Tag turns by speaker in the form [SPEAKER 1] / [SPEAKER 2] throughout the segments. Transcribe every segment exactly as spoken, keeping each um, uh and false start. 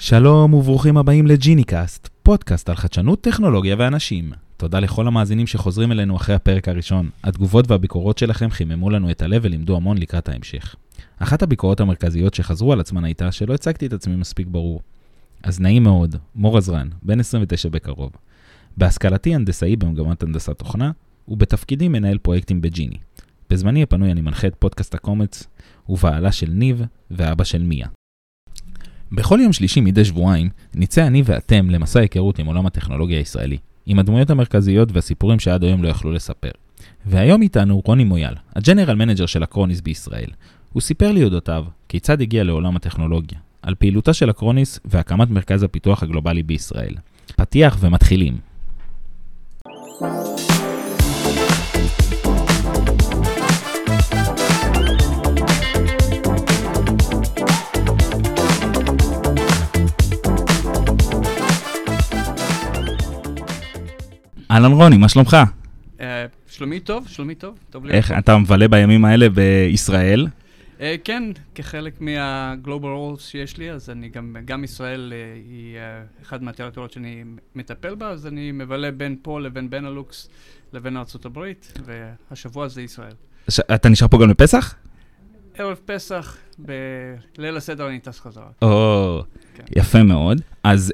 [SPEAKER 1] שלום וברוכים הבאים לג'יניקאסט, פודקאסט על חדשנות, טכנולוגיה ואנשים. תודה לכל המאזינים שחוזרים אלינו אחרי הפרק הראשון. התגובות והביקורות שלכם חיממו לנו את הלב ולימדו המון לקראת ההמשך. אחת הביקורות המרכזיות שחזרו על עצמן הייתה שלא הצגתי את עצמי מספיק ברור. אז נעים מאוד, מור עזרן, בן עשרים ותשע בקרוב. בהשכלתי הנדסאי במגמת הנדסת תוכנה, ובתפקידי מנהל פרויקטים בג'יני. בזמני הפנוי אני מנחה את פודקאסט הקומץ, ובעלה של ניב ואבא של מיה. בכל יום שלישי מדי שבועיים, נצא אני ואתם למסע היכרות עם עולם הטכנולוגיה הישראלי, עם הדמויות המרכזיות והסיפורים שעד היום לא יכלו לספר. והיום איתנו רוני מויאל, הג'נרל מנג'ר של אקרוניס בישראל. הוא סיפר לי אודותיו כיצד הגיע לעולם הטכנולוגיה, על פעילותה של אקרוניס והקמת מרכז הפיתוח הגלובלי בישראל. פתיח ומתחילים. אהלן רוני, מה שלומך?
[SPEAKER 2] שלומי טוב, שלומי טוב.
[SPEAKER 1] איך אתה מבלה בימים האלה בישראל?
[SPEAKER 2] כן, כחלק מהגלובל רולס שיש לי, אז אני גם, גם ישראל היא אחד מהטריטוריות שאני מטפל בה, אז אני מבלה בין פה לבין בנלוקס לבין ארצות הברית, והשבוע זה ישראל.
[SPEAKER 1] אתה נשאר פה גם לפסח?
[SPEAKER 2] ערב פסח, בליל הסדר אני טס חזרה.
[SPEAKER 1] או, יפה מאוד. אז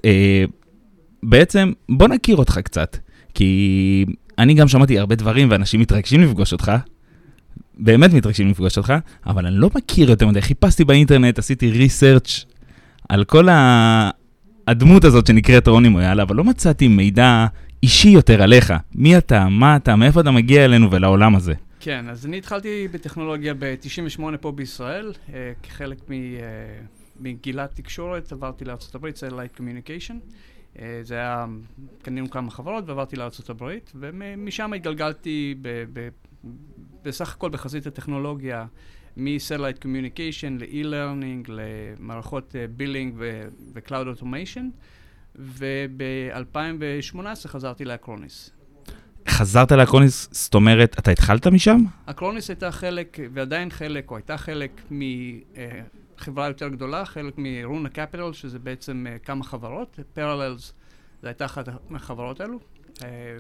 [SPEAKER 1] בעצם בוא נכיר אותך קצת. כי אני גם שמעתי הרבה דברים ואנשים מתרגשים לפגוש אותך, באמת מתרגשים לפגוש אותך, אבל אני לא מכיר יותר מדי. חיפשתי באינטרנט, עשיתי ריסרצ' על כל הדמות הזאת שנקראת רוני מויאל, אבל לא מצאתי מידע אישי יותר עליך. מי אתה, מה אתה, מאיפה אתה מגיע אלינו ולעולם הזה?
[SPEAKER 2] כן, אז אני התחלתי בטכנולוגיה ב-תשעים ושמונה פה בישראל, כחלק מגילת תקשורת, עברתי לארצות הברית, Satellite Communication. זה היה, קנינו כמה חברות ועברתי לארצות הברית, ומשם התגלגלתי ב, ב, בסך הכל בחזית הטכנולוגיה, מ-Satellite Communication ל-e-learning, למערכות בילינג ו-Cloud Automation, וב-אלפיים ושמונה עשרה חזרתי לאקרוניס.
[SPEAKER 1] חזרת לאקרוניס, זאת אומרת, אתה התחלת משם? אקרוניס
[SPEAKER 2] הייתה חלק, ועדיין חלק, או הייתה חלק מ... חברה יותר גדולה, חלק מרונה קפיטל, שזה בעצם uh, כמה חברות. Parallels, זו הייתה אחת מהחברות האלו. Uh,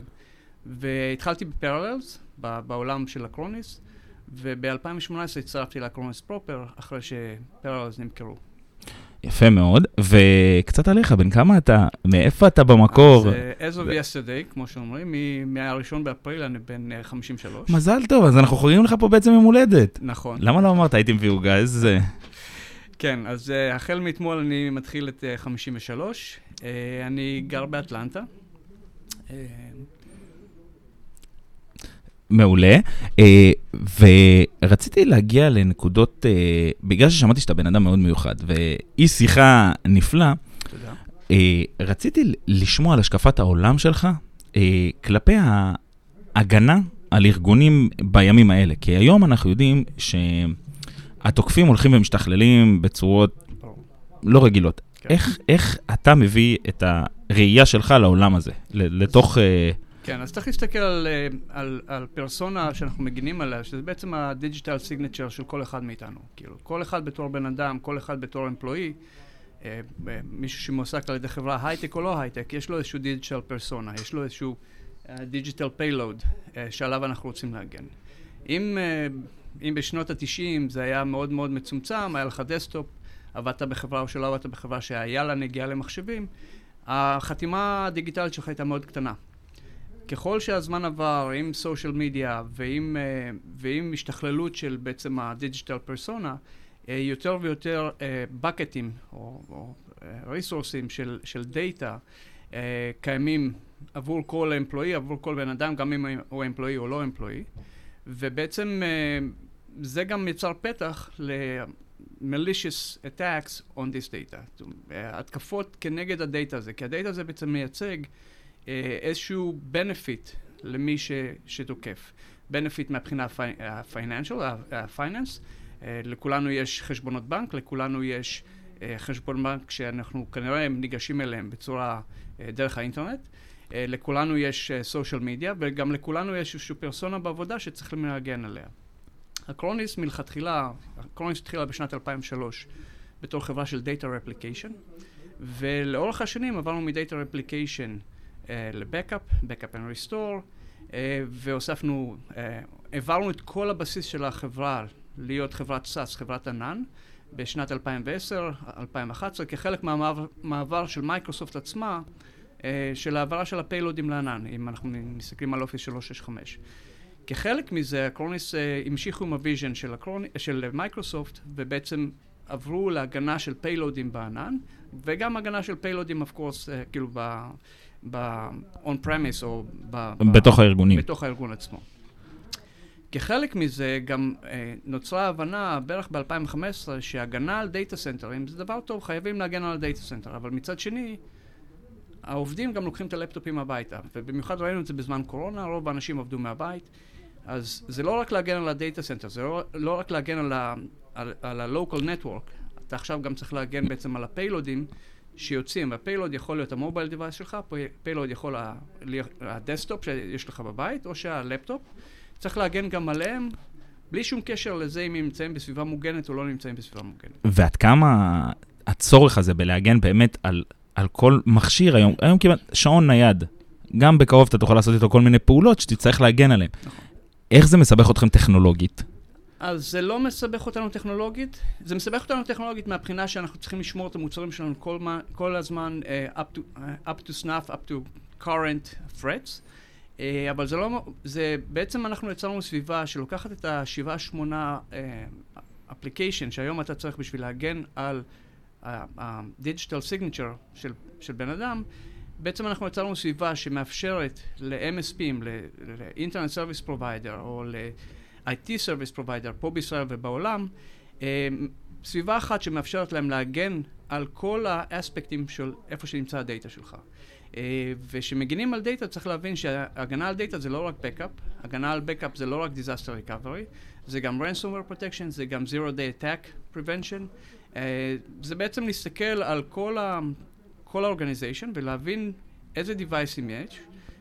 [SPEAKER 2] והתחלתי ב-Parallels, בעולם של אקרוניס, וב-אלפיים ושמונה עשרה הצטרפתי לאקרוניס פרופר, אחרי ש-Parallels נמכרו.
[SPEAKER 1] יפה מאוד, וקצת עליך, בין כמה אתה, מאיפה אתה במקור?
[SPEAKER 2] אז, uh, as of yesterday, כמו שאומרים, מהראשון באפריל אני בן uh, חמישים ושלוש.
[SPEAKER 1] מזל טוב, אז אנחנו חוגגים לך פה בעצם יום הולדת.
[SPEAKER 2] נכון.
[SPEAKER 1] למה לא אמרת, הייתי מביא עוגה, איזה...
[SPEAKER 2] כן, אז uh, החל מאתמול אני מתחיל את uh, חמישים ושלוש. Uh, אני גר באטלנטה. Uh,
[SPEAKER 1] מעולה. Uh, ורציתי להגיע לנקודות, uh, בגלל ששמעתי שאתה בן אדם מאוד מיוחד, ואי שיחה נפלא,
[SPEAKER 2] תודה.
[SPEAKER 1] Uh, רציתי לשמוע על השקפת העולם שלך, uh, כלפי ההגנה על ארגונים בימים האלה. כי היום אנחנו יודעים ש... התוקפים הולכים ומשתכללים בצורות לא רגילות. כן. איך, איך אתה מביא את הראייה שלך לעולם הזה, לתוך...
[SPEAKER 2] כן, אז צריך להסתכל על, על, על פרסונה שאנחנו מגינים עליה, שזה בעצם הדיג'יטל סיגנצ'ר של כל אחד מאיתנו. כאילו, כל אחד בתור בן אדם, כל אחד בתור אמפלואי, אה, מישהו שמועסק על ידי חברה הייטק או לא הייטק, יש לו איזשהו דיג'יטל פרסונה, יש לו איזשהו דיג'יטל פיילוד שעליו אנחנו רוצים להגן. אם... אם בשנות ה-תשעים זה היה מאוד מאוד מצומצם, היה לך דסקטופ, עבדת בחברה או שלא עבדת בחברה שהיה לה נגיעה למחשבים, החתימה הדיגיטלית שלך הייתה מאוד קטנה. ככל שהזמן עבר עם סושיאל מדיה ועם, ועם השתכללות של בעצם הדיג'יטל פרסונה, יותר ויותר בקטים או, או ריסורסים של, של דאטה קיימים עבור כל אמפלואי, עבור כל בן אדם, גם אם הוא אמפלואי או לא אמפלואי. ובעצם זה גם יצר פתח ל-malicious attacks on this data. התקפות כנגד הדאטה הזה, כי הדאטה הזה בעצם מייצג איזשהו benefit למי שתוקף. benefit מהבחינה ה-financial, ה-finance. לכולנו יש חשבונות בנק, לכולנו יש חשבון בנק שאנחנו כנראה ניגשים אליהם בצורה דרך האינטרנט. לכולנו יש סושיאל מדיה, וגם לכולנו יש איזושהי פרסונה בעבודה שצריכים להגן עליה. אקרוניס מלכתחילה, אקרוניס התחילה בשנת אלפיים ושלוש בתור חברה של Data Replication, ולאורך השנים עברנו מדאטה רפליקיישן לבקאפ, בקאפ אנד ריסטור, והוספנו, העברנו את כל הבסיס של החברה להיות חברת סאס, חברת ענן, בשנת אלפיים ועשר אלפיים ואחת עשרה, כחלק מהמעבר של מייקרוסופט עצמה, של העברה של הפיילודים לענן, אם אנחנו מסתכלים על אופיס שלוש שש חמש. כחלק מזה, אקרוניס המשיכו עם הוויז'ן של, של מייקרוסופט, ובעצם עברו להגנה של פיילודים בענן, וגם הגנה של פיילודים, of course, כאילו ב-on-premise או ב-
[SPEAKER 1] בתוך הארגונים.
[SPEAKER 2] בתוך הארגון עצמו. כחלק מזה גם אה, נוצרה הבנה בערך ב-אלפיים וחמש עשרה שהגנה על דאטה סנטרים זה דבר טוב, חייבים להגן על דאטה סנטר, אבל מצד שני, העובדים גם לוקחים את הלפטופים הביתה, ובמיוחד ראינו את זה בזמן קורונה, רוב האנשים עבדו מהבית, אז זה לא רק להגן על הדאטה סנטר, זה לא, לא רק להגן על ה- על, על ה-local network, אתה עכשיו גם צריך להגן בעצם על הפיילודים שיוצאים, והפיילוד יכול להיות המובייל דיווייס שלך, פיילוד יכול להיות הדסקטופ שיש לך בבית, או שהלפטופ, צריך להגן גם עליהם, בלי שום קשר לזה אם הם נמצאים בסביבה מוגנת או לא נמצאים בסביבה מוגנת.
[SPEAKER 1] ועד כמה הצורך הזה בלהגן באמת על, על כל מכשיר היום, היום כמעט שעון נייד, גם בקרוב אתה תוכל לעשות איתו כל מיני פעולות שתצטרך להגן עליהם. נכון. איך זה מסבך אתכם טכנולוגית?
[SPEAKER 2] אז זה לא מסבך אותנו טכנולוגית, זה מסבך אותנו טכנולוגית מהבחינה שאנחנו צריכים לשמור את המוצרים שלנו כל, כל הזמן uh, up, to, uh, up to snuff, up to current threats, uh, אבל זה לא, זה בעצם אנחנו יצרנו סביבה שלוקחת את השבעה שמונה uh, application שהיום אתה צריך בשביל להגן על ה-digital signature של, של בן אדם, בעצם אנחנו יצרנו סביבה שמאפשרת ל-אם אס פי'ים, ל-Internet Service Provider או ל- איי טי Service Provider, פה בישראל ובעולם, סביבה אחת שמאפשרת להם להגן על כל האספקטים של איפה שנמצא הדאטה שלך. ושמגינים על דאטה צריך להבין שהגנה על דאטה זה לא רק בקאפ, הגנה על בקאפ זה לא רק disaster recovery, זה גם ransomware protection, זה גם zero day attack prevention. זה בעצם להסתכל על כל ה- כל האורגניזיישן ולהבין איזה device'ים יש,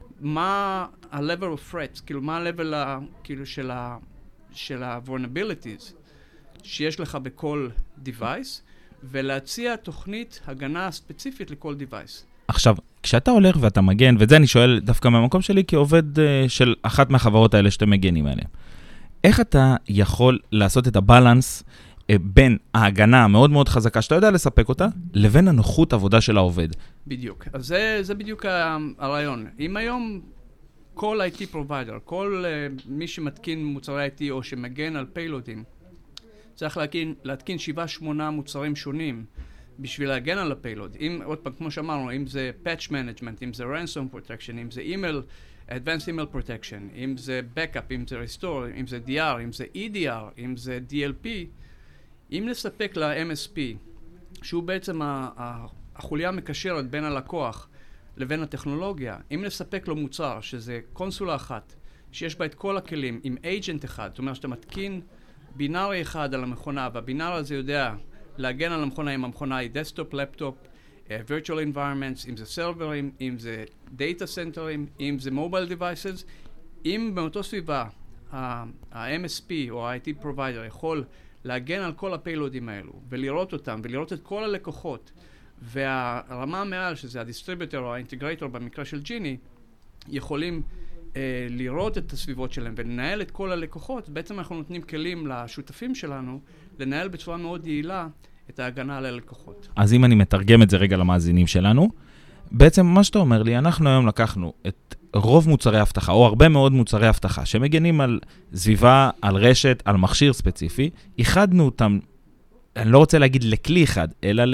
[SPEAKER 2] מה ה-level of threats, כאילו מה ה-level ה- כאילו של ה- של ה-vulnerabilities שיש לך בכל device, ולהציע תוכנית הגנה ספציפית לכל device.
[SPEAKER 1] עכשיו, כשאתה הולך ואתה מגן, ואת זה אני שואל דווקא מהמקום שלי כעובד uh, של אחת מהחברות האלה שאתם מגנים עליהן, איך אתה יכול לעשות את הבלנס uh, בין ההגנה המאוד מאוד חזקה שאתה יודע לספק אותה, לבין הנוחות עבודה של העובד?
[SPEAKER 2] בדיוק. אז זה, זה בדיוק הרעיון. אם היום כל איי טי provider, כל uh, מי שמתקין מוצרי איי טי או שמגן על פיילודים, צריך להתקין, להתקין שבעה שמונה מוצרים שונים בשביל להגן על הפיילוד. אם, עוד פעם, כמו שאמרנו, אם זה patch management, אם זה ransom protection, אם זה email, advanced email protection, אם זה backup, אם זה restore, אם זה די אר, אם זה אי די אר, אם זה די אל פי, אם נספק ל-אם אס פי, שהוא בעצם החוליה המקשרת בין הלקוח לבין הטכנולוגיה, אם נספק לו מוצר, שזה קונסולה אחת, שיש בה את כל הכלים, עם agent אחד, זאת אומרת שאתה מתקין בינארי אחד על המכונה, והבינאר הזה יודע להגן על המכונה, אם המכונה היא דסקטופ, לפטופ, uh, virtual environments, אם זה סרברים, אם זה data centers, אם זה mobile devices, אם באותו סביבה ה-אם אס פי או ה-איי טי provider יכול להגן על כל הפיילודים האלו, ולראות אותם, ולראות את כל הלקוחות, והרמה מעל, שזה הדיסטריביוטר או האינטגרטור במקרה של ג'יני, יכולים uh, לראות את הסביבות שלהם ולנהל את כל הלקוחות. בעצם אנחנו נותנים כלים לשותפים שלנו לנהל בצורה מאוד יעילה את ההגנה על הלקוחות.
[SPEAKER 1] אז אם אני מתרגם את זה רגע למאזינים שלנו, בעצם מה שאתה אומר לי, אנחנו היום לקחנו את רוב מוצרי הבטחה, או הרבה מאוד מוצרי הבטחה, שמגנים על סביבה, על רשת, על מכשיר ספציפי, איחדנו אותם, אני לא רוצה להגיד לכלי אחד, אלא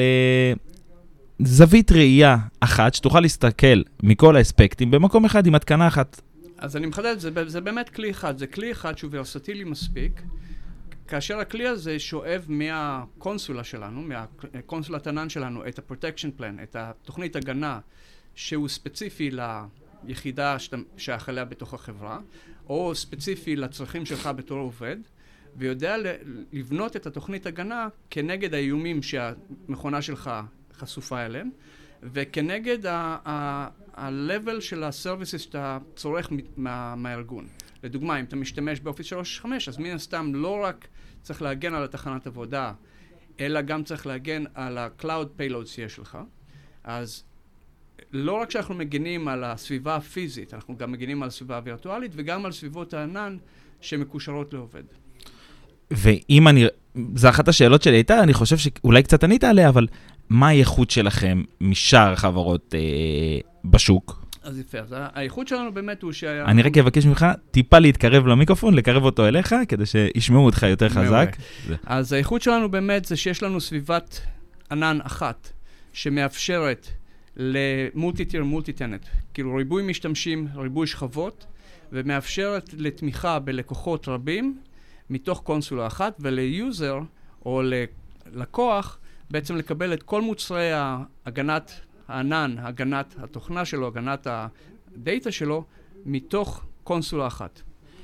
[SPEAKER 1] לזווית ראייה אחת, שתוכל להסתכל מכל האספקטים, במקום אחד עם התקנה אחת.
[SPEAKER 2] אז אני מחדד, זה, זה באמת כלי אחד, זה כלי אחד שהוא ורסטילי מספיק, כאשר הכלי הזה שואב מהקונסולה שלנו, מהקונסולת ענן שלנו, את ה-protection plan, את התוכנית הגנה, שהוא ספציפי ליחידה שייך אליה בתוך החברה, או ספציפי לצרכים שלך בתור עובד, ויודע לבנות את התוכנית הגנה כנגד האיומים שהמכונה שלך חשופה אליהם, וכנגד ה-level של ה-services שאתה צורך מה, מהארגון. לדוגמה, אם אתה משתמש באופיס שלוש שש חמש, אז מן הסתם לא רק צריך להגן על התחנת עבודה, אלא גם צריך להגן על ה-cloud payload שיש לך. אז לא רק שאנחנו מגינים על הסביבה הפיזית, אנחנו גם מגינים על הסביבה הווירטואלית וגם על סביבות הענן שמקושרות לעובד.
[SPEAKER 1] ואם אני, זו אחת השאלות שלי הייתה, אני חושב שאולי קצת ענית עליה, אבל מה האיכות שלכם משאר החברות אה, בשוק?
[SPEAKER 2] אז יפה, אז האיכות שלנו באמת הוא שהיה...
[SPEAKER 1] אני רק אבקש ממך טיפה להתקרב למיקרופון, לקרב אותו אליך, כדי שישמעו אותך יותר חזק.
[SPEAKER 2] אז האיכות שלנו באמת זה שיש לנו סביבת ענן אחת, שמאפשרת למולטי-טיר, מולטי-טנט, כאילו ריבוי משתמשים, ריבוי שכבות, ומאפשרת לתמיכה בלקוחות רבים, מתוך קונסולה אחת, וליוזר או ללקוח, בעצם לקבל את כל מוצרי הגנת הענן, הגנת התוכנה שלו, הגנת הדאטה שלו, מתוך קונסולה אחת.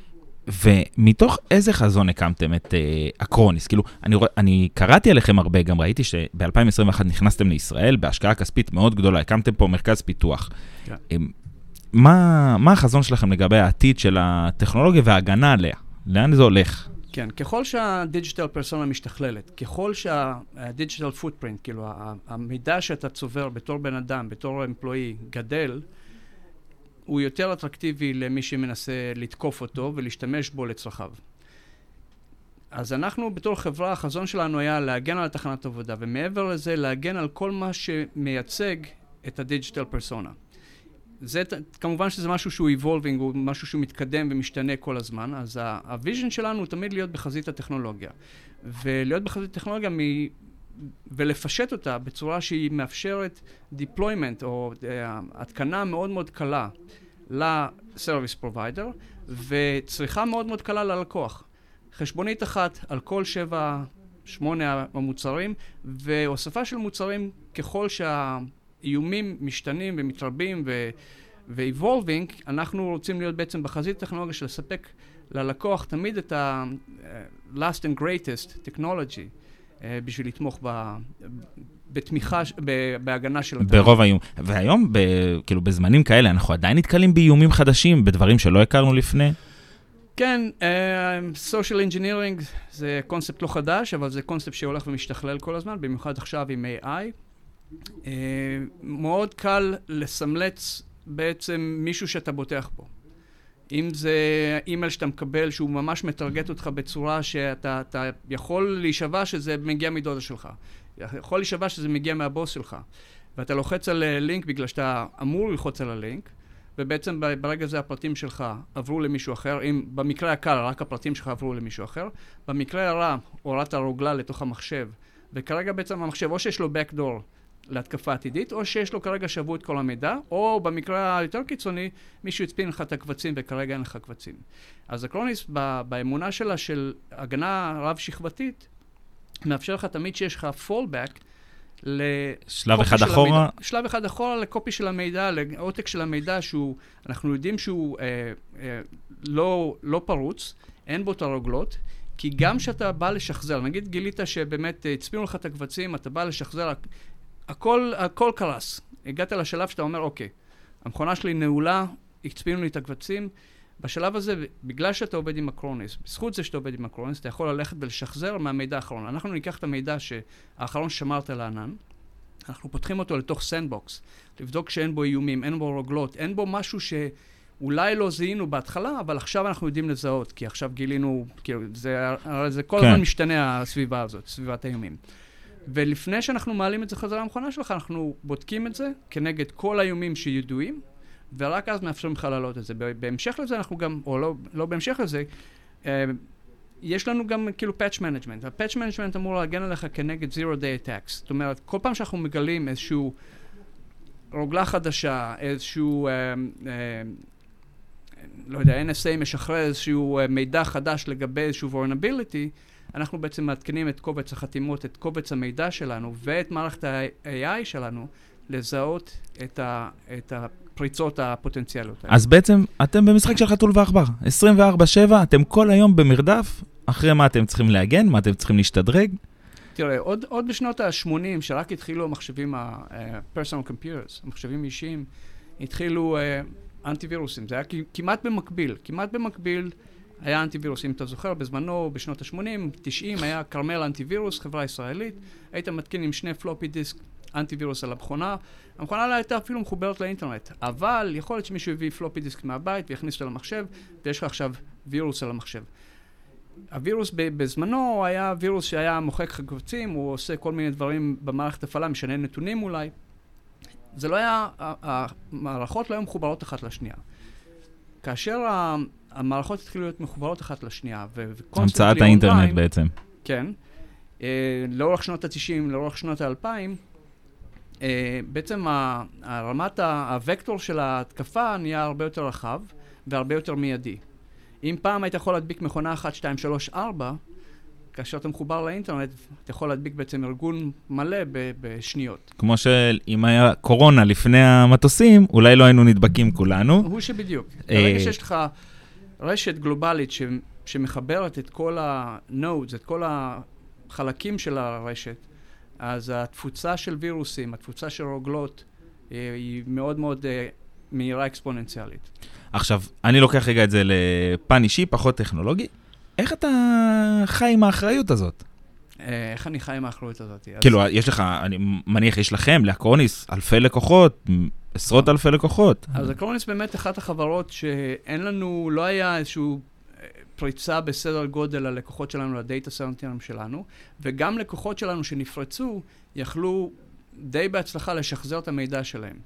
[SPEAKER 1] ומתוך איזה חזון הקמתם את uh, אקרוניס? כאילו, אני, אני קראתי עליכם הרבה, גם ראיתי שב-אלפיים עשרים ואחת נכנסתם לישראל, בהשקעה כספית מאוד גדולה, הקמתם פה מרכז פיתוח. כן. מה, מה החזון שלכם לגבי העתיד של הטכנולוגיה וההגנה עליה? לאן זה הולך?
[SPEAKER 2] כן, ככל שהדיג'יטל פרסונה משתכללת, ככל שהדיג'יטל פוטפרינט, כאילו המידע שאתה צובר בתור בן אדם, בתור אמפלואי, גדל, הוא יותר אטרקטיבי למי שמנסה לתקוף אותו ולהשתמש בו לצרכיו. אז אנחנו בתור חברה, החזון שלנו היה להגן על התחנת עבודה, ומעבר לזה להגן על כל מה שמייצג את הדיג'יטל פרסונה. זה, כמובן שזה משהו שהוא evolving, הוא משהו שהוא מתקדם ומשתנה כל הזמן, אז הוויז'ן שלנו הוא תמיד להיות בחזית הטכנולוגיה. ולהיות בחזית הטכנולוגיה מ... ולפשט אותה בצורה שהיא מאפשרת deployment או uh, התקנה מאוד מאוד קלה ל-service provider, וצריכה מאוד מאוד קלה ללקוח. חשבונית אחת על כל שבע, שמונה המוצרים, והוספה של מוצרים ככל שה... איומים משתנים ומתרבים ו-evolving, אנחנו רוצים להיות בעצם בחזית הטכנולוגיה של לספק ללקוח תמיד את ה-last and greatest technology בשביל לתמוך בתמיכה, בהגנה של התחום.
[SPEAKER 1] ברוב האיום. והיום, כאילו בזמנים כאלה, אנחנו עדיין נתקלים באיומים חדשים, בדברים שלא הכרנו לפני?
[SPEAKER 2] כן, social engineering זה קונספט לא חדש, אבל זה קונספט שהולך ומשתכלל כל הזמן, במיוחד עכשיו עם איי איי. Uh, מאוד קל לסמלץ בעצם מישהו שאתה בוטח בו. אם זה אימייל שאתה מקבל שהוא ממש מטרגט אותך בצורה שאתה אתה יכול להישבע שזה מגיע מדודה שלך. יכול להישבע שזה מגיע מהבוס שלך. ואתה לוחץ על לינק בגלל שאתה אמור ללחוץ על הלינק, ובעצם ברגע זה הפרטים שלך עברו למישהו אחר. אם במקרה הקל רק הפרטים שלך עברו למישהו אחר, במקרה הרע הורדת הרוגלה לתוך המחשב, וכרגע בעצם המחשב או שיש לו backdoor להתקפה עתידית, או שיש לו כרגע שבו את כל המידע, או במקרה היותר קיצוני, מישהו יצפין לך את הקבצים וכרגע אין לך קבצים. אז אקרוניס, באמונה שלה של הגנה רב-שכבתית, מאפשר לך תמיד שיש לך fallback
[SPEAKER 1] שלב אחד אחורה?
[SPEAKER 2] שלב אחד אחורה לקופי של המידע, לעותק של המידע שהוא, אנחנו יודעים שהוא אה, אה, לא, לא פרוץ, אין בו את הרוגלות, כי גם שאתה בא לשחזר, נגיד גילית שבאמת הצפינו לך את הקבצים, אתה בא לשחזר, הכל, הכל קרס. הגעת לשלב שאתה אומר, אוקיי, המכונה שלי נעולה, הצפינו לי את הקבצים. בשלב הזה, בגלל שאתה עובד עם אקרוניס, בזכות זה שאתה עובד עם אקרוניס, אתה יכול ללכת ולשחזר מהמידע האחרון. אנחנו ניקח את המידע שהאחרון ששמרת לענן, אנחנו פותחים אותו לתוך סנדבוקס, לבדוק שאין בו איומים, אין בו רוגלות, אין בו משהו שאולי לא זיהינו בהתחלה, אבל עכשיו אנחנו יודעים לזהות, כי עכשיו גילינו, כאילו, זה, זה כל הזמן משתנה הסביבה הזאת, סביבת האיומים. ולפני שאנחנו מעלים את זה חזרה למכונה שלך, אנחנו בודקים את זה כנגד כל האיומים שידועים, ורק אז מאפשרים לך לעלות את זה. בהמשך לזה אנחנו גם, או לא, לא בהמשך לזה, יש לנו גם כאילו patch management. ה-patch management אמור להגן עליך כנגד zero day attacks. זאת אומרת, כל פעם שאנחנו מגלים איזשהו רוגלה חדשה, איזשהו, לא יודע, אן אס איי משחרר איזשהו מידע חדש לגבי איזשהו vulnerability, אנחנו בעצם מעדכנים את קובץ החתימות, את קובץ המידע שלנו ואת מערכת ה-איי איי שלנו לזהות את, ה, את הפריצות הפוטנציאליות.
[SPEAKER 1] אז בעצם אתם במשחק של חתול ועכבר. עשרים וארבע שבע, אתם כל היום במרדף, אחרי מה אתם צריכים להגן, מה אתם צריכים להשתדרג.
[SPEAKER 2] תראה, עוד, עוד בשנות ה-שמונים, שרק התחילו המחשבים ה-personal computers, המחשבים אישיים, התחילו uh, אנטיווירוסים. זה היה כמעט במקביל, כמעט במקביל, היה אנטיווירוס, אם אתה זוכר, בזמנו, בשנות ה-שמונים, תשעים, היה קרמל אנטיווירוס, חברה ישראלית, היית מתקין עם שני פלופי דיסק, אנטיווירוס על המכונה. המכונה לא הייתה אפילו מחוברת לאינטרנט, אבל יכול להיות שמישהו הביא פלופי דיסק מהבית ויכניס אותו למחשב, ויש לך עכשיו וירוס על המחשב. הווירוס בזמנו היה וירוס שהיה מוחק קבצים, הוא עושה כל מיני דברים במערכת הפעלה, משנה נתונים אולי. זה לא היה, המערכות לא היו מחוברות אחת לשנייה. כאשר המערכות התחילו להיות מחוברות אחת לשנייה,
[SPEAKER 1] המצאת האינטרנט בעצם.
[SPEAKER 2] כן. לאורך שנות ה-תשעים, לאורך שנות ה-אלפיים, בעצם הרמת, הוקטור של ההתקפה נהיה הרבה יותר רחב והרבה יותר מיידי. אם פעם היית יכול להדביק מכונה אחת, שתיים, שלוש, ארבע, כאשר אתה מחובר לאינטרנט, אתה יכול להדביק בעצם ארגון מלא בשניות. כמו
[SPEAKER 1] שאם היה קורונה לפני המטוסים, אולי לא היינו נדבקים כולנו.
[SPEAKER 2] הוא שבדיוק. ברגע שיש לך רשת גלובלית ש, שמחברת את כל ה-nodes, את כל החלקים של הרשת, אז התפוצה של וירוסים, התפוצה של רוגלות, היא מאוד מאוד מהירה אקספוננציאלית.
[SPEAKER 1] עכשיו, אני לוקח רגע את זה לפן אישי, פחות טכנולוגי. איך אתה חי עם האחריות הזאת?
[SPEAKER 2] איך אני חי עם האחריות הזאת?
[SPEAKER 1] כאילו, יש לך, אני מניח, יש לכם, לאקרוניס, אלפי לקוחות, עשרות אלפי לקוחות.
[SPEAKER 2] אז אקרוניס באמת אחת החברות שאין לנו, לא היה איזשהו פריצה בסדר גודל ללקוחות שלנו, לדאטה סנטרים שלנו, וגם לקוחות שלנו שנפרצו, יכלו די בהצלחה לשחזר את המידע שלהם.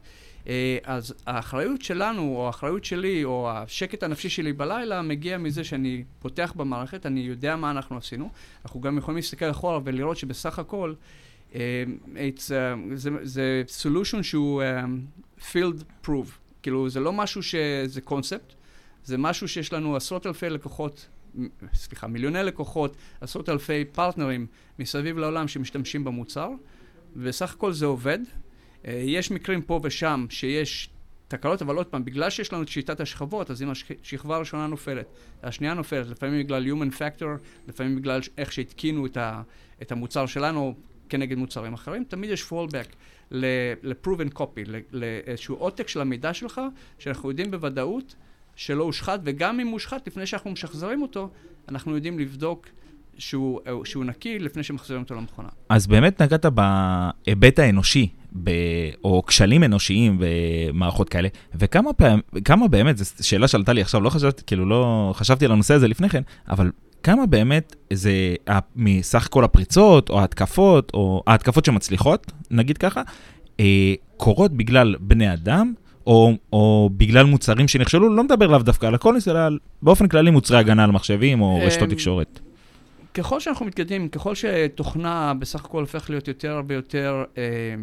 [SPEAKER 2] אז האחריות שלנו, או האחריות שלי, או השקט הנפשי שלי בלילה, מגיע מזה שאני פותח במערכת, אני יודע מה אנחנו עשינו. אנחנו גם יכולים להסתכל אחורה ולראות שבסך הכל, uh, it's, uh, זה, זה solution שהוא uh, field proof. כאילו, זה לא משהו שזה קונספט, זה משהו שיש לנו עשרות אלפי לקוחות, סליחה, מיליוני לקוחות, עשרות אלפי פרטנרים מסביב לעולם שמשתמשים במוצר, וסך הכל זה עובד. יש מקרים פה ושם שיש תקלות, אבל עוד פעם, בגלל שיש לנו את שיטת השכבות, אז אם השכבה הראשונה נופלת, השנייה נופלת, לפעמים בגלל human factor, לפעמים בגלל איך שהתקינו את, ה, את המוצר שלנו כנגד מוצרים אחרים, תמיד יש fallback ל-proven copy, לאיזשהו עותק של המידע שלך, שאנחנו יודעים בוודאות שלא הושחת, וגם אם הושחת, לפני שאנחנו משחזרים אותו, אנחנו יודעים לבדוק שהוא, שהוא נקי לפני שמחזירים אותו למכונה.
[SPEAKER 1] אז באמת נגעת בהיבט האנושי, ב... או כשלים אנושיים במערכות כאלה, וכמה פעם, כמה באמת, זו שאלה שעלתה לי עכשיו, לא חשבתי, כאילו לא חשבתי על הנושא הזה לפני כן, אבל כמה באמת זה מסך כל הפריצות, או ההתקפות, או ההתקפות שמצליחות, נגיד ככה, אה, קורות בגלל בני אדם, או, או בגלל מוצרים שנכשלו, לא מדבר לאו דווקא על הקונוס, אלא באופן כללי מוצרי הגנה על מחשבים, או רשתות תקשורת.
[SPEAKER 2] ככל שאנחנו מתקדמים, ככל שתוכנה בסך הכל הופך להיות יותר ויותר אה,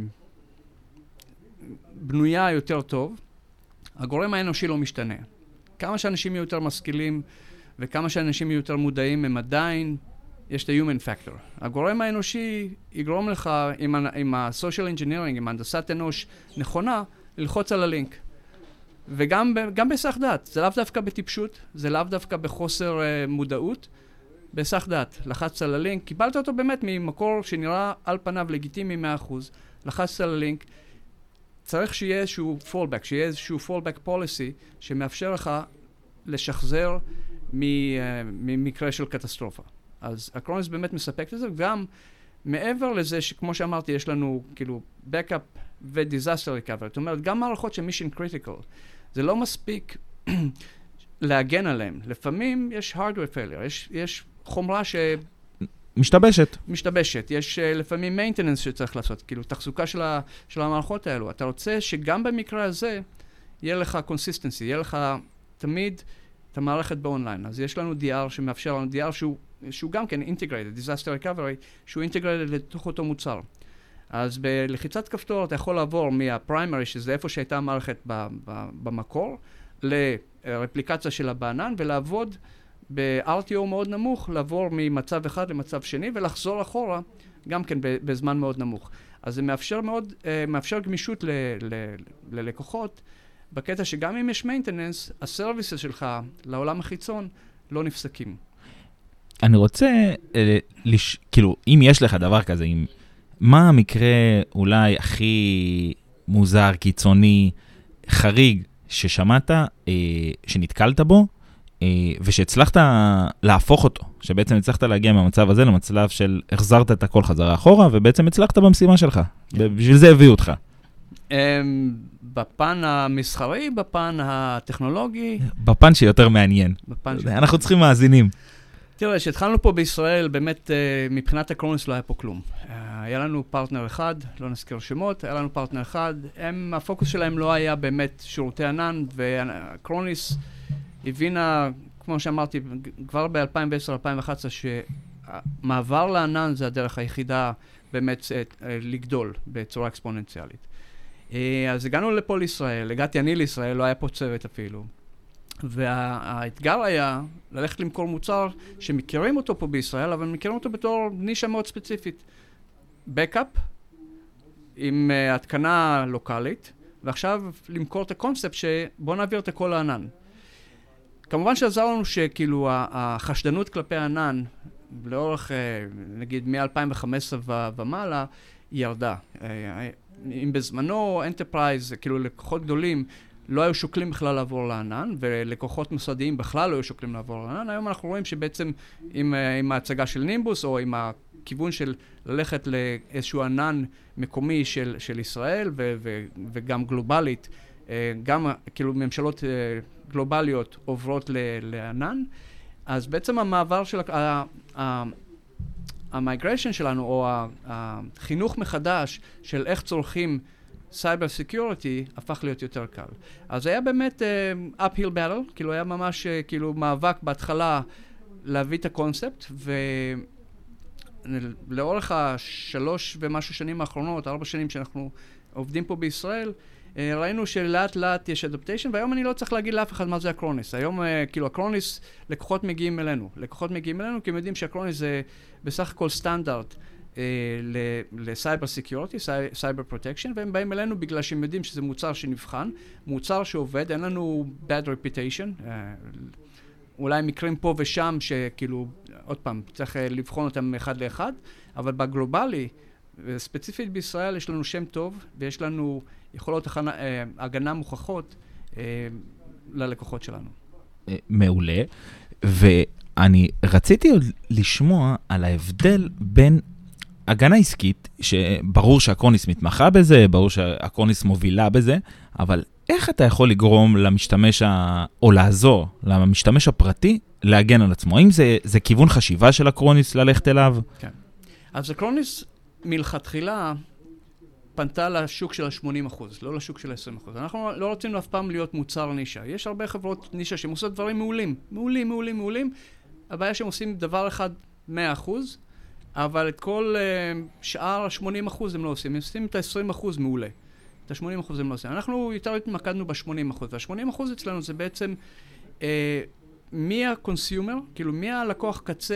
[SPEAKER 2] בנויה יותר טוב, הגורם האנושי לא משתנה. כמה שאנשים יהיו יותר משכילים וכמה שאנשים יהיו יותר מודעים, הם עדיין, יש את ה-human factor. הגורם האנושי יגרום לך עם, עם ה-social engineering, עם הנדסת אנוש נכונה, ללחוץ על הלינק. וגם גם בסך דעת, זה לאו דווקא בטיפשות, זה לאו דווקא בחוסר uh, מודעות, בסך דעת, לחצת על הלינק, קיבלת אותו באמת ממקור שנראה על פניו לגיטימי מאה אחוז, לחצת על הלינק, צריך שיהיה איזשהו fallback, שיהיה איזשהו fallback policy שמאפשר לך לשחזר ממקרה של קטסטרופה. אז אקרוניס באמת מספק את זה, וגם מעבר לזה שכמו שאמרתי, יש לנו כאילו backup ו-disaster recovery, זאת אומרת, גם מערכות של mission critical, זה לא מספיק להגן עליהם. לפעמים יש hardware failure, יש, יש חומרה ש...
[SPEAKER 1] משתבשת.
[SPEAKER 2] משתבשת. יש uh, לפעמים maintenance שצריך לעשות, כאילו תחזוקה של, ה, של המערכות האלו. אתה רוצה שגם במקרה הזה יהיה לך consistency, יהיה לך תמיד את המערכת באונליין. אז יש לנו די אר שמאפשר לנו, די אר שהוא, שהוא גם כן integrated, disaster recovery, שהוא integrated לתוך אותו מוצר. אז בלחיצת כפתור אתה יכול לעבור מה-primary, שזה איפה שהייתה המערכת ב, ב, במקור, לרפליקציה שלה בענן, ולעבוד ב-אר טי או מאוד נמוך, לעבור ממצב אחד למצב שני, ולחזור אחורה, גם כן בזמן מאוד נמוך. אז זה מאפשר מאוד, מאפשר גמישות ל- ל- ללקוחות, בקטע שגם אם יש maintenance, הסרוויסס שלך לעולם החיצון לא נפסקים.
[SPEAKER 1] אני רוצה, לש... כאילו, אם יש לך דבר כזה, אם... מה המקרה אולי הכי מוזר, קיצוני, חריג, ששמעת, אה, שנתקלת בו, ושהצלחת להפוך אותו, שבעצם הצלחת להגיע מהמצב הזה למצב של החזרת את הכל חזרה אחורה, ובעצם הצלחת במשימה שלך. בשביל זה הביאו אותך.
[SPEAKER 2] בפן המסחרי, בפן הטכנולוגי.
[SPEAKER 1] בפן שיותר מעניין. אנחנו צריכים מאזינים.
[SPEAKER 2] תראה, כשהתחלנו פה בישראל, באמת מבחינת הקרוניס לא היה פה כלום. היה לנו פרטנר אחד, לא נזכיר שמות, היה לנו פרטנר אחד, הם, הפוקוס שלהם לא היה באמת שירותי ענן, והקרוניס הבינה, כמו שאמרתי, כבר ב-אלפיים ועשר אלפיים ואחת עשרה, שמעבר לענן זה הדרך היחידה באמת לגדול בצורה אקספוננציאלית. אז הגענו לפה לישראל, הגעתי אני לישראל, לא היה פה צוות אפילו. והאתגר היה ללכת למכור מוצר שמכירים אותו פה בישראל, אבל מכירים אותו בתור נישה מאוד ספציפית. בקאפ עם uh, התקנה לוקלית, ועכשיו למכור את הקונספט שבוא נעביר את הכל לענן. כמובן שעזר לנו שכאילו החשדנות כלפי הענן, לאורך, uh, נגיד, מ-אלפיים וחמש עשרה ומעלה, היא ירדה. Uh, אם בזמנו, אנטרפרייז, כאילו לקוחות גדולים, לא היו שוקלים בכלל לעבור לענן, ולקוחות מוסדיים בכלל לא היו שוקלים לעבור לענן. היום אנחנו רואים שבעצם עם, עם ההצגה של נימבוס, או עם הכיוון של ללכת לאיזשהו ענן מקומי של, של ישראל, ו, ו, וגם גלובלית, גם כאילו ממשלות גלובליות עוברות לענן, אז בעצם המעבר של המייגריישן שלנו, או החינוך מחדש של איך צורכים סייבר סקיוריטי הפך להיות יותר קל. אז היה באמת uh, uphill battle, כאילו היה ממש uh, כאילו מאבק בהתחלה להביא את הקונספט, ולאורך השלוש ומשהו שנים האחרונות, ארבע שנים שאנחנו עובדים פה בישראל, uh, ראינו שלאט לאט יש אדפטיישן, והיום אני לא צריך להגיד לאף אחד מה זה הקרוניס. היום uh, כאילו הקרוניס, לקוחות מגיעים אלינו. לקוחות מגיעים אלינו כי הם יודעים שהקרוניס זה בסך הכל סטנדרט, לסייבר סקיוריטי, סייבר פרוטקשן, והם באים אלינו בגלל שהם יודעים שזה מוצר שנבחן, מוצר שעובד, אין לנו bad reputation, אולי מקרים פה ושם שכאילו, עוד פעם, צריך לבחון אותם אחד לאחד, אבל בגלובלי, ספציפית בישראל, יש לנו שם טוב, ויש לנו יכולות הגנה מוכחות ללקוחות שלנו.
[SPEAKER 1] מעולה, ואני רציתי עוד לשמוע על ההבדל בין הגנה עסקית, שברור שהקרוניס מתמחה בזה, ברור שהקרוניס מובילה בזה, אבל איך אתה יכול לגרום למשתמש, ה... או לעזור למשתמש הפרטי, להגן על עצמו? האם זה, זה כיוון חשיבה של הקרוניס ללכת אליו?
[SPEAKER 2] כן. אז הקרוניס מלכתחילה פנתה לשוק של ה-שמונים אחוז, לא לשוק של ה-עשרים אחוז. אנחנו לא רצינו אף פעם להיות מוצר נישה. יש הרבה חברות נישה שהן עושות דברים מעולים, מעולים, מעולים, מעולים. הבעיה שהם עושים דבר אחד מאה אחוז, אבל את כל uh, שאר ה-שמונים אחוז הם לא עושים. הם עושים את ה-עשרים אחוז מעולה. את ה-שמונים אחוז הם לא עושים. אנחנו יותר התמקדנו ב-שמונים אחוז. וה-שמונים אחוז אצלנו זה בעצם uh, מי הקונסיומר, כאילו מי הלקוח קצה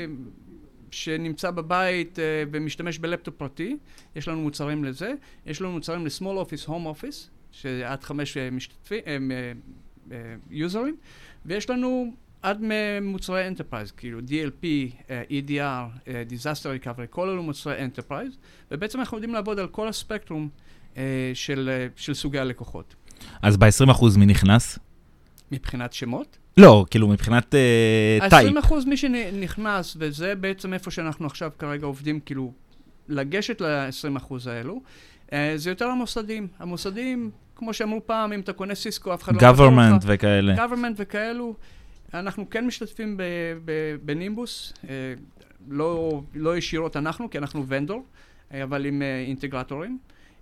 [SPEAKER 2] שנמצא בבית uh, ומשתמש בלפטופ פרטי. יש לנו מוצרים לזה. יש לנו מוצרים ל-small office, home office, שעד חמש משתתפים, uh, uh, יוזרים. ויש לנו עד מוצרי אנטרפרייז, כאילו די אל פי, אי די אר, Disaster Recovery, כל אלו מוצרי אנטרפרייז, ובעצם אנחנו יודעים לעבוד על כל הספקטרום של, של סוגי הלקוחות.
[SPEAKER 1] אז ב-עשרים אחוז מי נכנס?
[SPEAKER 2] מבחינת שמות?
[SPEAKER 1] לא, כאילו מבחינת טייפ.
[SPEAKER 2] ה-עשרים אחוז מי שנכנס, וזה בעצם איפה שאנחנו עכשיו כרגע עובדים, כאילו לגשת ל-עשרים אחוז האלו, זה יותר המוסדים. המוסדים, כמו שאמרו פעם, אם אתה קונה סיסקו, אף אחד לא...
[SPEAKER 1] government וכאלה.
[SPEAKER 2] government וכאלו. אנחנו כן משתתפים בנימבוס, לא, לא ישירות אנחנו, כי אנחנו ונדור, אבל עם אינטגרטורים,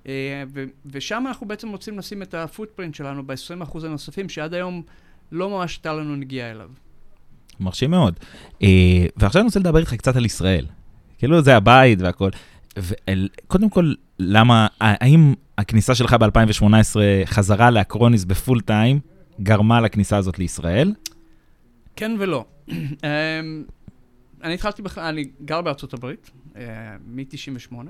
[SPEAKER 2] ושם אנחנו בעצם רוצים לשים את הפוטפרינט שלנו ב-עשרים אחוז הנוספים, שעד היום לא ממש הייתה לנו נגיעה אליו.
[SPEAKER 1] מרשים מאוד. ועכשיו אני רוצה לדבר איתך קצת על ישראל. כאילו זה הבית והכל. קודם כל, למה, האם הכניסה שלך ב-אלפיים שמונה עשרה חזרה לאקרוניס בפול טיים, גרמה לכניסה הזאת לישראל?
[SPEAKER 2] כן ולא. אני התחלתי בכלל, אני גר בארצות הברית, מ-תשעים ושמונה.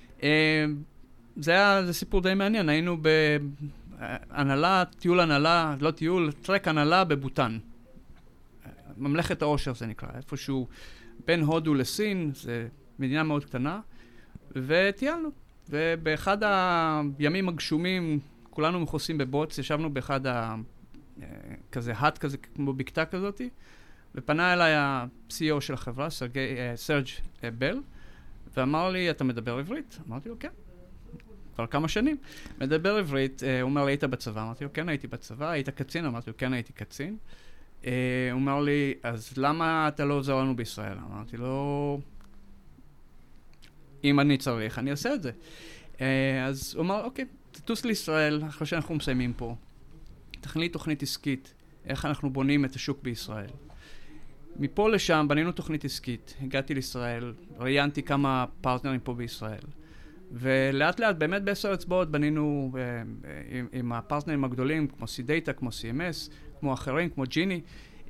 [SPEAKER 2] זה היה, זה סיפור די מעניין, היינו בהנהלה, טיול הנהלה, לא טיול, טרק הנהלה בבוטן. ממלכת העושר זה נקרא, איפשהו בין הודו לסין, זה מדינה מאוד קטנה, וטיילנו. ובאחד הימים הגשומים, כולנו מכוסים בבוץ, ישבנו באחד ה... כזה האט כזה, כמו בקתה כזאת, ופנה אליי ה-סי אי או של החברה, סרגי, סרג' בל, ואמר לי, אתה מדבר עברית? אמרתי לו, כן. כבר כמה שנים. מדבר עברית, הוא אומר לי, היית בצבא? אמרתי לו, כן, הייתי בצבא. היית קצין? אמרתי לו, כן, הייתי קצין. הוא אומר לי, אז למה אתה לא עוזר לנו בישראל? אמרתי לו, אם אני צריך, אני אעשה את זה. אז הוא אמר, אוקיי, תטוס לישראל, אחרי שאנחנו מסיימים פה. תכין לי תוכנית עסקית, איך אנחנו בונים את השוק בישראל. מפה לשם בנינו תוכנית עסקית, הגעתי לישראל, ראיינתי כמה פרטנרים פה בישראל. ולאט לאט, באמת בעשר אצבעות, בנינו אה, עם, עם הפרטנרים הגדולים, כמו C-Data, כמו C M S, כמו אחרים, כמו ג'יני,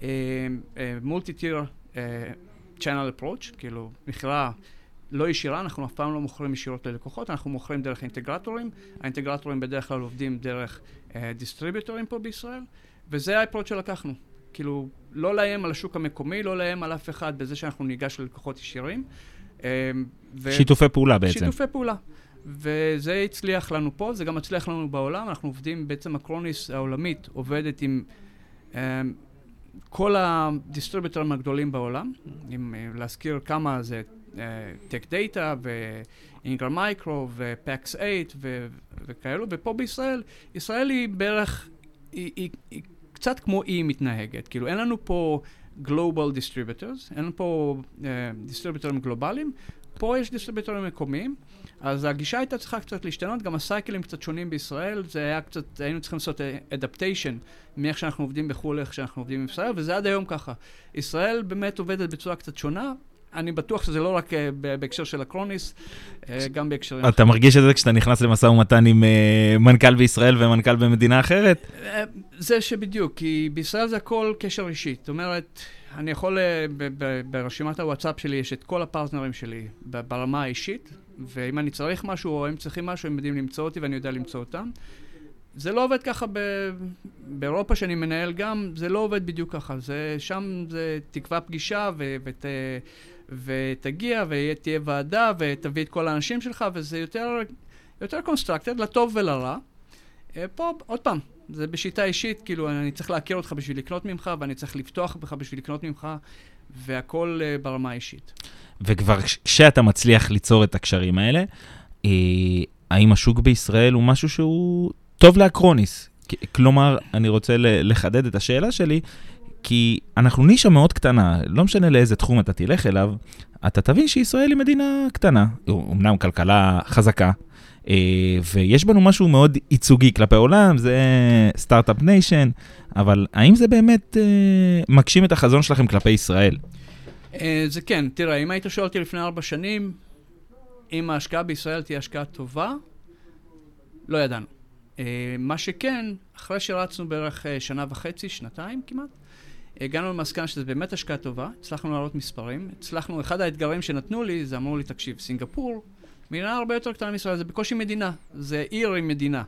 [SPEAKER 2] מולטי-טיר צ'אנל אפרוץ', כאילו מכירה לא ישירה, אנחנו אף פעם לא מוכרים ישירות ללקוחות, אנחנו מוכרים דרך אינטגרטורים, האינטגרטורים בדרך כלל עובדים דרך אה, דיסטריביוטורים פה בישראל, וזה האפרוץ' שלקחנו. כאילו, לא לאיים על השוק המקומי, לא לאיים על אף אחד בזה שאנחנו ניגש ללקוחות ישירים.
[SPEAKER 1] ו... שיתופי פעולה בעצם.
[SPEAKER 2] שיתופי פעולה. וזה הצליח לנו פה, זה גם הצליח לנו בעולם. אנחנו עובדים, בעצם הקרוניס העולמית עובדת עם um, כל הדיסטריביוטורים הגדולים בעולם, עם, להזכיר כמה זה Tech Data ו-Ingram Micro ו-פאקס שמונה ו- וכאלו, ופה בישראל, ישראל היא בערך, היא, היא, היא קצת כמו אי מתנהגת, כאילו אין לנו פה Global Distributors, אין לנו פה uh, דיסטריביוטורים גלובליים, פה יש דיסטריביוטורים מקומיים, אז הגישה הייתה צריכה קצת להשתנות, גם הסייקלים קצת שונים בישראל, זה היה קצת, היינו צריכים לעשות אדפטיישן מאיך שאנחנו עובדים בחו"ל, איך שאנחנו עובדים בישראל, וזה עד היום ככה. ישראל באמת עובדת בצורה קצת שונה, אני בטוח שזה לא רק בהקשר של הקרוניס, גם בהקשרים...
[SPEAKER 1] אתה מרגיש את זה כשאתה נכנס למשא ומתן עם מנכ"ל בישראל ומנכ"ל במדינה אחרת?
[SPEAKER 2] זה שבדיוק, כי בישראל זה הכל קשר אישי. זאת אומרת, אני יכול, ברשימת הוואטסאפ שלי יש את כל הפרטנרים שלי ברמה האישית, ואם אני צריך משהו או הם צריכים משהו, הם יודעים למצוא אותי ואני יודע למצוא אותם. זה לא עובד ככה באירופה שאני מנהל גם, זה לא עובד בדיוק ככה. זה, שם זה תקווה פגישה ו- ות- ותגיע ותהיה ועדה ותביא את כל האנשים שלך, וזה יותר, יותר קונסטרקטד, לטוב ולרע. פה, עוד פעם, זה בשיטה אישית, כאילו אני צריך להכיר אותך בשביל לקנות ממך, ואני צריך לפתוח בך בשביל לקנות ממך, והכל ברמה האישית.
[SPEAKER 1] וכבר כשאתה מצליח ליצור את הקשרים האלה, האם השוק בישראל הוא משהו שהוא טוב לאקרוניס? כלומר, אני רוצה לחדד את השאלה שלי, כי אנחנו נישה מאוד קטנה, לא משנה לאיזה תחום אתה תלך אליו, אתה תבין שישראל היא מדינה קטנה, אומנם כלכלה חזקה, ויש בנו משהו מאוד ייצוגי כלפי העולם, זה סטארט-אפ ניישן, אבל האם זה באמת מגשים את החזון שלכם כלפי ישראל?
[SPEAKER 2] זה כן, תראה, אם היית שואל אותי לפני ארבע שנים, אם ההשקעה בישראל תהיה השקעה טובה, לא ידענו. מה שכן, אחרי שרצנו בערך שנה וחצי, שנתיים כמעט, הגענו למסקנה שזה באמת השקעה טובה, הצלחנו לעלות מספרים, הצלחנו, אחד האתגרים שנתנו לי, זה אמרו לי, תקשיב, סינגפור, מדינה הרבה יותר קטנה מישראל, זה בקושי מדינה, זה עיר עם מדינה.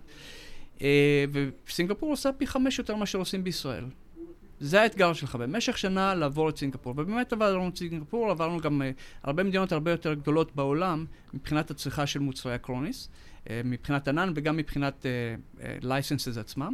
[SPEAKER 2] וסינגפור עושה פי חמש יותר מה שעושים בישראל. זה האתגר שלך, במשך שנה לעבור את סינגפור. ובאמת עברנו את סינגפור, עברנו גם הרבה מדינות הרבה יותר גדולות בעולם, מבחינת הצריכה של מוצרי הקרוניס, מבחינת ענן וגם מבחינת לייסנסס עצמם.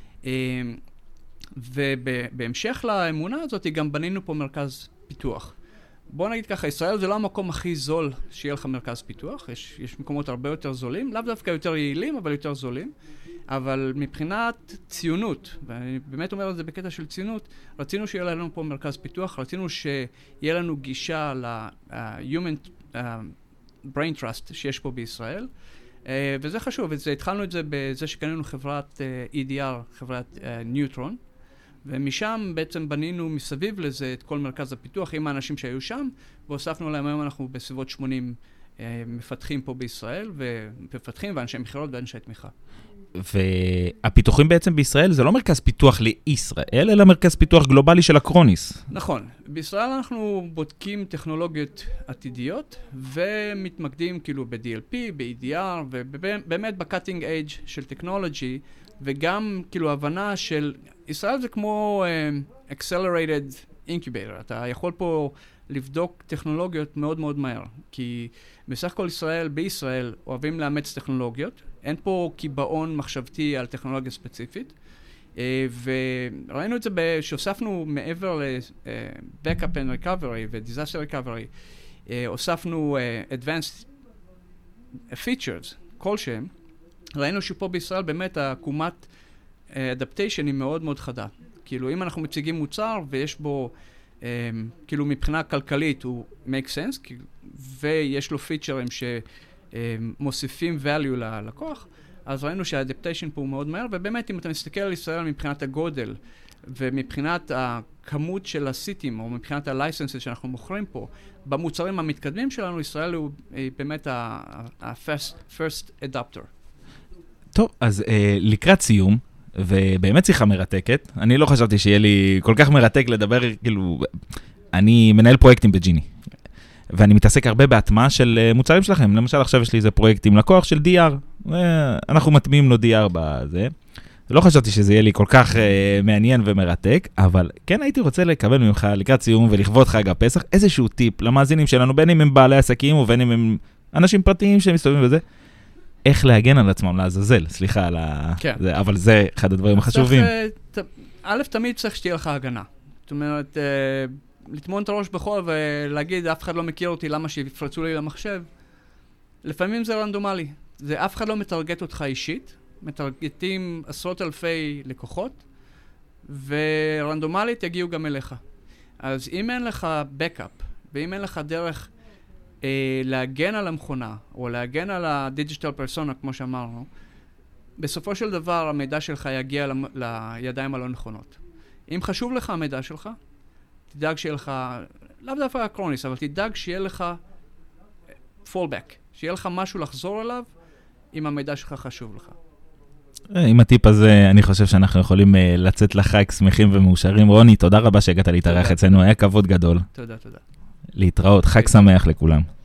[SPEAKER 2] ובהמשך לאמונה הזאת, גם בנינו פה מרכז פיתוח. בוא נגיד ככה, ישראל זה לא המקום הכי זול שיהיה לך מרכז פיתוח, יש, יש מקומות הרבה יותר זולים, לאו דווקא יותר יעילים, אבל יותר זולים. אבל מבחינת ציונות, ואני באמת אומר את זה בקטע של ציונות, רצינו שיהיה לנו פה מרכז פיתוח, רצינו שיהיה לנו גישה ל-human uh, brain trust שיש פה בישראל, uh, וזה חשוב, וזה, התחלנו את זה בזה שקנינו חברת uh, E D R, חברת ניוטרון, uh, ומשם בעצם בנינו מסביב לזה את כל מרכז הפיתוח עם האנשים שהיו שם, והוספנו להם היום אנחנו בסביבות שמונים uh, מפתחים פה בישראל, ומפתחים ואנשי מכירות ואנשי תמיכה.
[SPEAKER 1] והפיתוחים בעצם בישראל זה לא מרכז פיתוח לישראל, אלא מרכז פיתוח גלובלי של הקרוניס.
[SPEAKER 2] נכון. בישראל אנחנו בודקים טכנולוגיות עתידיות, ומתמקדים כאילו ב-D L P, ב-E D R, ובאמת ב-cutting edge של technology, וגם כאילו הבנה של, ישראל זה כמו uh, accelerated incubator. אתה יכול פה לבדוק טכנולוגיות מאוד מאוד מהר, כי בסך הכל ישראל, בישראל, אוהבים לאמץ טכנולוגיות, אין פה קיבעון מחשבתי על טכנולוגיה ספציפית, וראינו את זה שהוספנו מעבר ל-Backup and Recovery ו-Disaster Recovery, הוספנו Advanced Features, כלשהם. ראינו שפה בישראל באמת העקומת Adaptation היא מאוד מאוד חדה. כאילו, אם אנחנו מציגים מוצר ויש בו, כאילו מבחינה כלכלית הוא make sense, ויש לו פיצ'רים שמוסיפים value ללקוח, אז ראינו שהאדפטיישן פה הוא מאוד מהר, ובאמת אם אתה מסתכל על ישראל מבחינת הגודל, ומבחינת הכמות של הסיטים, או מבחינת הלייסנסס שאנחנו מוכרים פה, במוצרים המתקדמים שלנו, ישראל הוא באמת ה-first adapter.
[SPEAKER 1] טוב, אז אה, לקראת סיום, ובאמת שיחה מרתקת, אני לא חשבתי שיהיה לי כל כך מרתק לדבר, כאילו, אני מנהל פרויקטים בג'יני. ואני מתעסק הרבה בהטמעה של מוצרים שלכם. למשל, עכשיו יש לי איזה פרויקט עם לקוח של די אר. אנחנו מטמיעים לו די אר בזה. לא חשבתי שזה יהיה לי כל כך uh, מעניין ומרתק, אבל כן הייתי רוצה לקבל ממך לקראת סיום ולכבוד חג הפסח איזשהו טיפ למאזינים שלנו, בין אם הם בעלי עסקים ובין אם הם אנשים פרטיים שמסתובבים בזה, איך להגן על עצמם, לעזאזל, סליחה על ה... כן. זה, אבל זה אחד הדברים החשובים.
[SPEAKER 2] צריך, א', תמיד צריך שתהיה לך הגנה. זאת אומרת... לטמון את הראש בחול ולהגיד, אף אחד לא מכיר אותי, למה שיפרצו לי למחשב. לפעמים זה רנדומלי. זה אף אחד לא מטרגט אותך אישית, מטרגטים עשרות אלפי לקוחות, ורנדומלית יגיעו גם אליך. אז אם אין לך בקאפ, ואם אין לך דרך אה, להגן על המכונה, או להגן על הדיג'יטל פרסונה, כמו שאמרנו, בסופו של דבר המידע שלך יגיע ל- לידיים הלא נכונות. אם חשוב לך המידע שלך, תדאג שיהיה לך, לאו דווקא אקרוניס, אבל תדאג שיהיה לך fallback, שיהיה לך משהו לחזור אליו, אם המידע שלך חשוב לך.
[SPEAKER 1] עם הטיפ הזה, אני חושב שאנחנו יכולים לצאת לחג שמחים ומאושרים. רוני, תודה רבה שהגעת להתארח אצלנו, היה כבוד גדול.
[SPEAKER 2] תודה, תודה.
[SPEAKER 1] להתראות, חג שמח לכולם.